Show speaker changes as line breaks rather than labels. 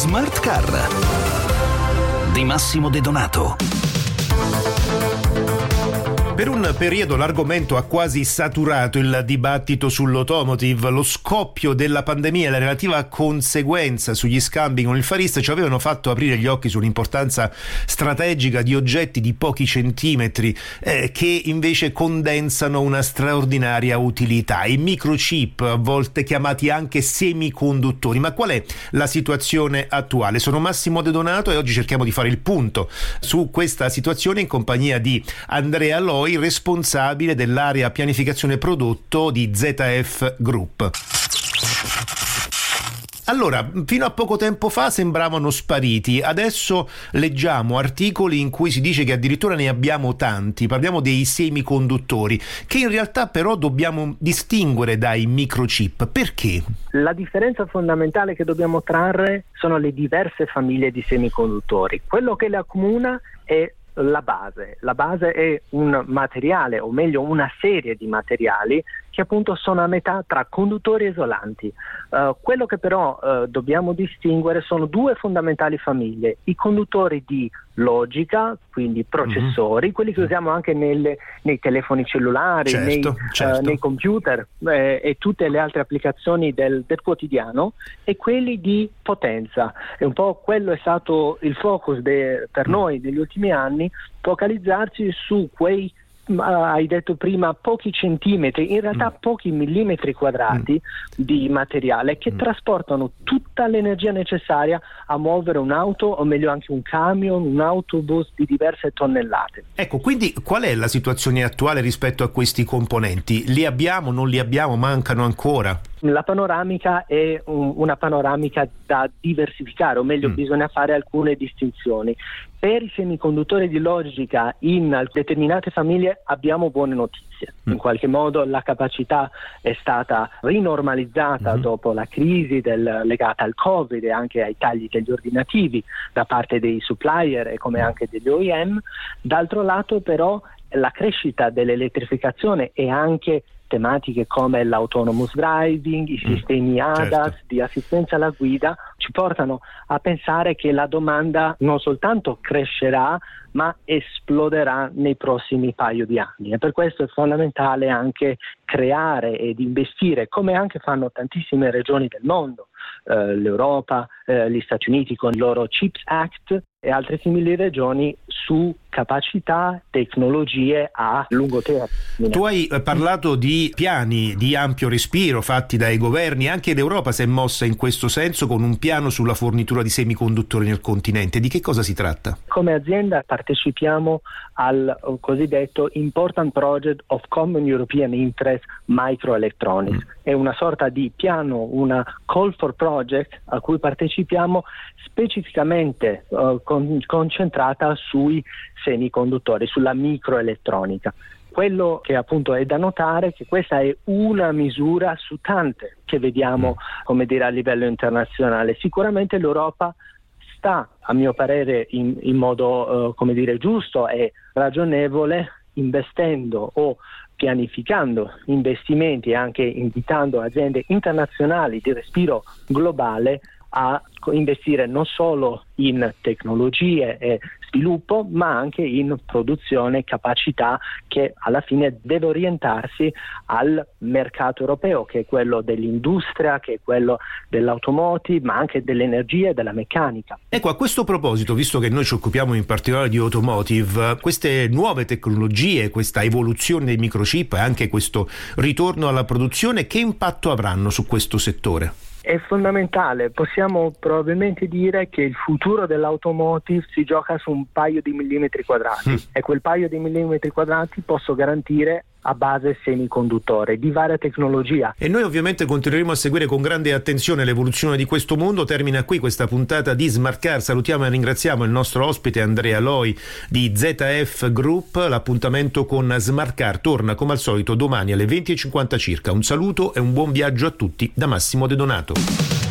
Smart Car di Massimo De Donato. Per un periodo l'argomento ha quasi saturato il dibattito sull'automotive. Lo scoppio della pandemia e la relativa conseguenza sugli scambi con il Far East ci avevano fatto aprire gli occhi sull'importanza strategica di oggetti di pochi centimetri che invece condensano una straordinaria utilità. I microchip, a volte chiamati anche semiconduttori. Ma qual è la situazione attuale? Sono Massimo De Donato e oggi cerchiamo di fare il punto su questa situazione in compagnia di Andrea Loi, responsabile dell'area pianificazione prodotto di ZF Group. Allora, fino a poco tempo fa sembravano spariti, adesso leggiamo articoli in cui si dice che addirittura ne abbiamo tanti, parliamo dei semiconduttori, che in realtà però dobbiamo distinguere dai microchip. Perché?
La differenza fondamentale che dobbiamo trarre sono le diverse famiglie di semiconduttori. Quello che le accomuna è la base. La base è un materiale, o meglio una serie di materiali che appunto sono a metà tra conduttori e isolanti. Quello che però dobbiamo distinguere sono due fondamentali famiglie: i conduttori di logica, quindi processori, quelli che usiamo anche nei telefoni cellulari, nei computer e tutte le altre applicazioni del quotidiano, e quelli di potenza. E un po' quello è stato il focus per noi negli ultimi anni, focalizzarci su quei, hai detto prima, pochi centimetri, in realtà pochi millimetri quadrati di materiale che trasportano tutta l'energia necessaria a muovere un'auto, o meglio anche un camion, un autobus di diverse tonnellate.
Ecco, quindi qual è la situazione attuale rispetto a questi componenti? Li abbiamo, non li abbiamo, mancano ancora?
La panoramica è una panoramica da diversificare, o meglio bisogna fare alcune distinzioni. Per i semiconduttori di logica in determinate famiglie abbiamo buone notizie. In qualche modo la capacità è stata rinormalizzata dopo la crisi legata al Covid e anche ai tagli degli ordinativi da parte dei supplier e come anche degli OEM. D'altro lato però la crescita dell'elettrificazione e anche tematiche come l'autonomous driving, i sistemi ADAS di assistenza alla guida ci portano a pensare che la domanda non soltanto crescerà ma esploderà nei prossimi paio di anni, e per questo è fondamentale anche creare ed investire, come anche fanno tantissime regioni del mondo, l'Europa, gli Stati Uniti con il loro CHIPS Act e altre simili regioni, su capacità, tecnologie a lungo termine.
Tu hai parlato di piani di ampio respiro fatti dai governi, anche l'Europa si è mossa in questo senso con un piano sulla fornitura di semiconduttori nel continente. Di che cosa si tratta?
Come azienda partecipiamo al cosiddetto Important Project of Common European Interest Microelectronics. È una sorta di piano, una call for project a cui partecipiamo, specificamente concentrata sui semiconduttori, sulla microelettronica. Quello che appunto è da notare è che questa è una misura su tante che vediamo, come dire, a livello internazionale. Sicuramente l'Europa sta, a mio parere, in modo come dire giusto e ragionevole, investendo o pianificando investimenti e anche invitando aziende internazionali di respiro globale a investire non solo in tecnologie e sviluppo, ma anche in produzione e capacità, che alla fine deve orientarsi al mercato europeo, che è quello dell'industria, che è quello dell'automotive, ma anche dell'energia e della meccanica.
Ecco, a questo proposito, visto che noi ci occupiamo in particolare di automotive, queste nuove tecnologie, questa evoluzione dei microchip e anche questo ritorno alla produzione, che impatto avranno su questo settore?
È fondamentale, possiamo probabilmente dire che il futuro dell'automotive si gioca su un paio di millimetri quadrati e quel paio di millimetri quadrati posso garantire a base semiconduttore di varia tecnologia.
E noi ovviamente continueremo a seguire con grande attenzione l'evoluzione di questo mondo. Termina qui questa puntata di Smart Car. Salutiamo e ringraziamo il nostro ospite Andrea Loi di ZF Group. L'appuntamento con Smart Car torna come al solito domani alle 20:50 circa. Un saluto e un buon viaggio a tutti da Massimo De Donato.